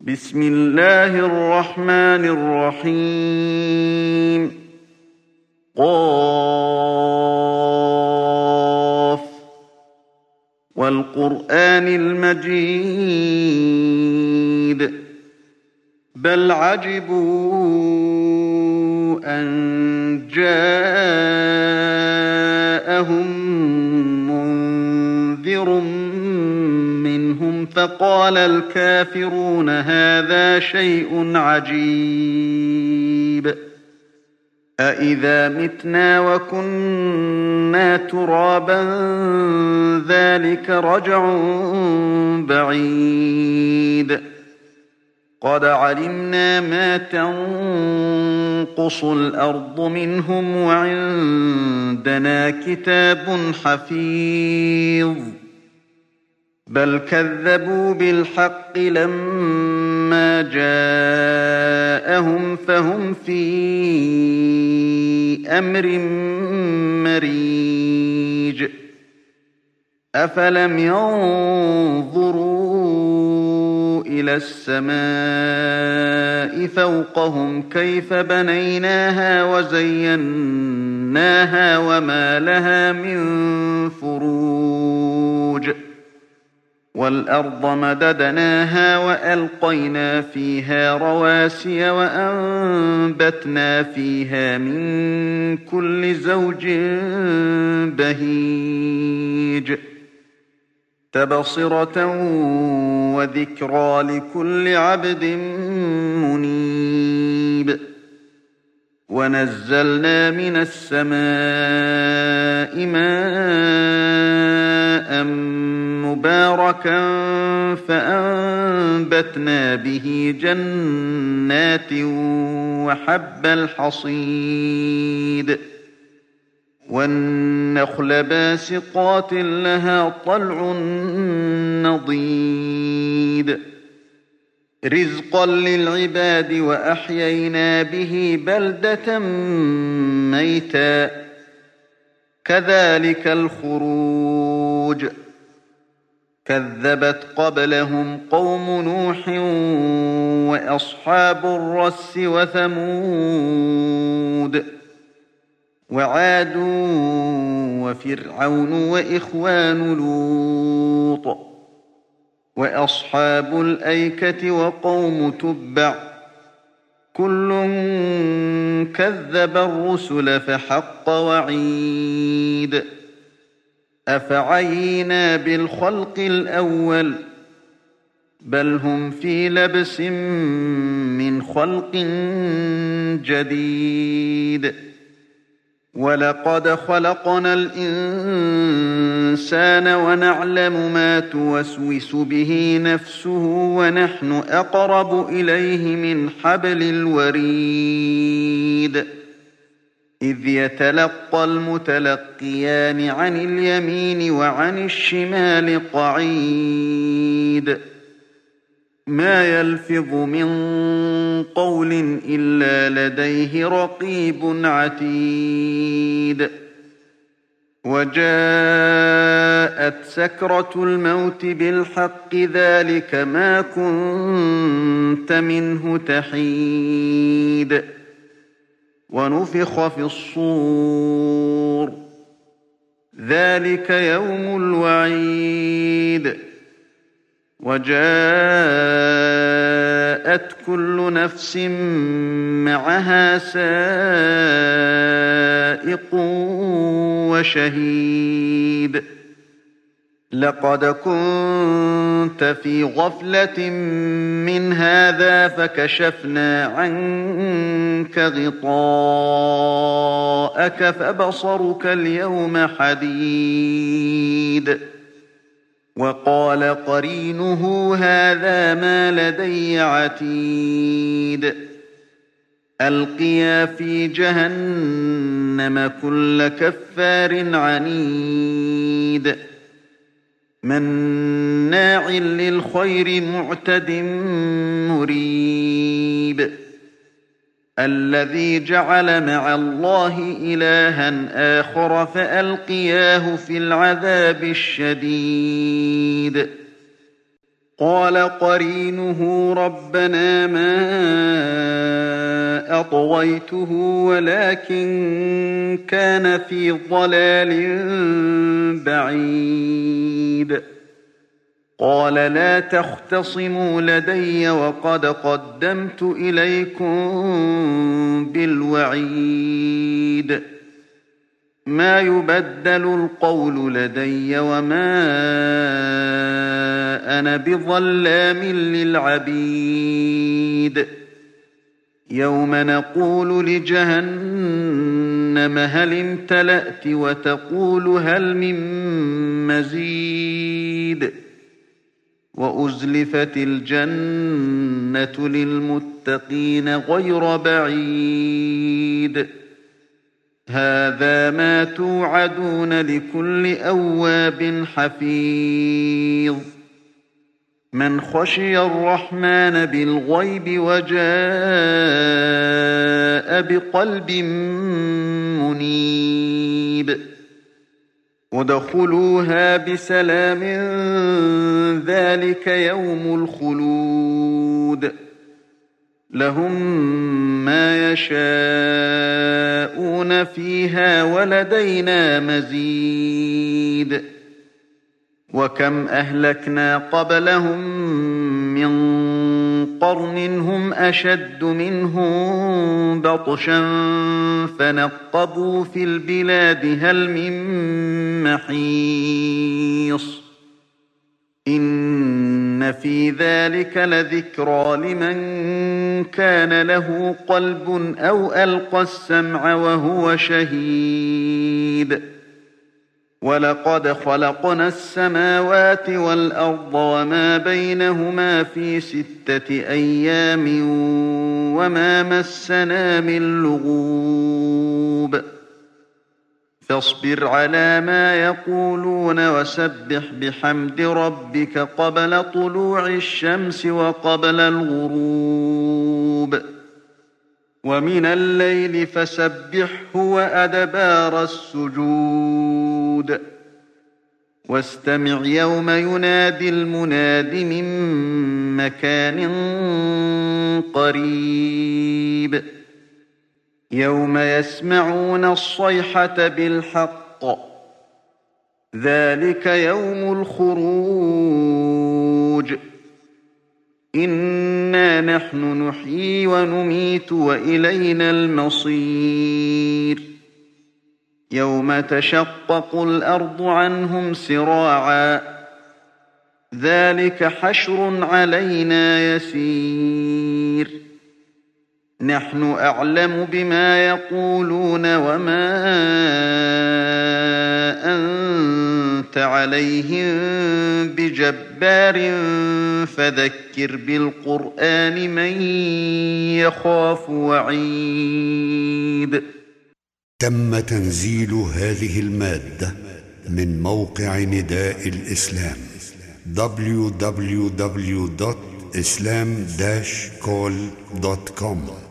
بسم الله الرحمن الرحيم قاف والقرآن المجيد بل عجبوا أن جاءهم منذر منهم فقال الكافرون هذا شيء عجيب أإذا متنا وكنا ترابا ذلك رجع بعيد قد علمنا ما تنقص الأرض منهم وعندنا كتاب حفيظ بل كذبوا بالحق لما جاءهم فهم في أمر مريج أفلم ينظروا إلى السماء فوقهم كيف بنيناها وزيناها وما لها من فروج والأرض مددناها وألقينا فيها رواسي وأنبتنا فيها من كل زوج بهيج تبصرة وذكرى لكل عبد منيب ونزلنا من السماء ماء مباركا فأنبتنا به جنات وحب الحصيد والنخل باسقات لها طلع نضيد رزقا للعباد وأحيينا به بلدة ميتا كذلك الخروج كذبت قبلهم قوم نوح وأصحاب الرس وثمود وعاد وفرعون وإخوان لوط وأصحاب الأيكة وقوم تبع كل كذب الرسل فحق وعيد أفعينا بالخلق الأول بل هم في لبس من خلق جديد ولقد خلقنا الإنسان ونعلم ما توسوس به نفسه ونحن أقرب إليه من حبل الوريد إذ يتلقى المتلقيان عن اليمين وعن الشمال قعيد ما يلفظ من قول إلا لديه رقيب عتيد وجاءت سكرة الموت بالحق ذلك ما كنت منه تحيد ونفخ في الصور ذلك يوم الوعيد وجاءت كل نفس معها سائق وشهيد لقد كنت في غفلة من هذا فكشفنا عنك غطاءك فبصرك اليوم حديد وقال قرينه هذا ما لدي عتيد ألقيا في جهنم كل كفار عنيد مناع للخير معتد مريب الذي جعل مع الله إلها آخر فألقياه في العذاب الشديد قال قرينه ربنا ما أطغيته ولكن كان في ضلال بعيد قال لا تختصموا لدي وقد قدمت إليكم بالوعيد ما يبدل القول لدي وما أنا بظلام للعبيد يوم نقول لجهنم هل امتلأت وتقول هل من مزيد وأزلفت الجنة للمتقين غير بعيد هذا ما توعدون لكل أواب حفيظ من خشي الرحمن بالغيب وجاء بقلب منيب ادخلوها بسلام ذلك يوم الخلود لهم ما يشاءون فيها ولدينا مزيد وكم أهلكنا قبلهم من قرن هم أشد منهم بطشا فنقبوا في البلاد هل من محيص إن في ذلك لذكرى لمن كان له قلب أو ألقى السمع وهو شهيد ولقد خلقنا السماوات والأرض وما بينهما في 6 أيام وما مسنا من لغوب فاصبر على ما يقولون وسبح بحمد ربك قبل طلوع الشمس وقبل الغروب ومن الليل فسبحه وأدبار السجود واستمع يوم ينادي المناد من مكان قريب يوم يسمعون الصيحة بالحق ذلك يوم الخروج إنا نحن نحيي ونميت وإلينا المصير يوم تشقق الأرض عنهم سراعا ذلك حشر علينا يسير نحن أعلم بما يقولون وما أنت عليهم بجبار فذكر بالقرآن من يخاف وعيد. تم تنزيل هذه المادة من موقع نداء الإسلام www.islam-call.com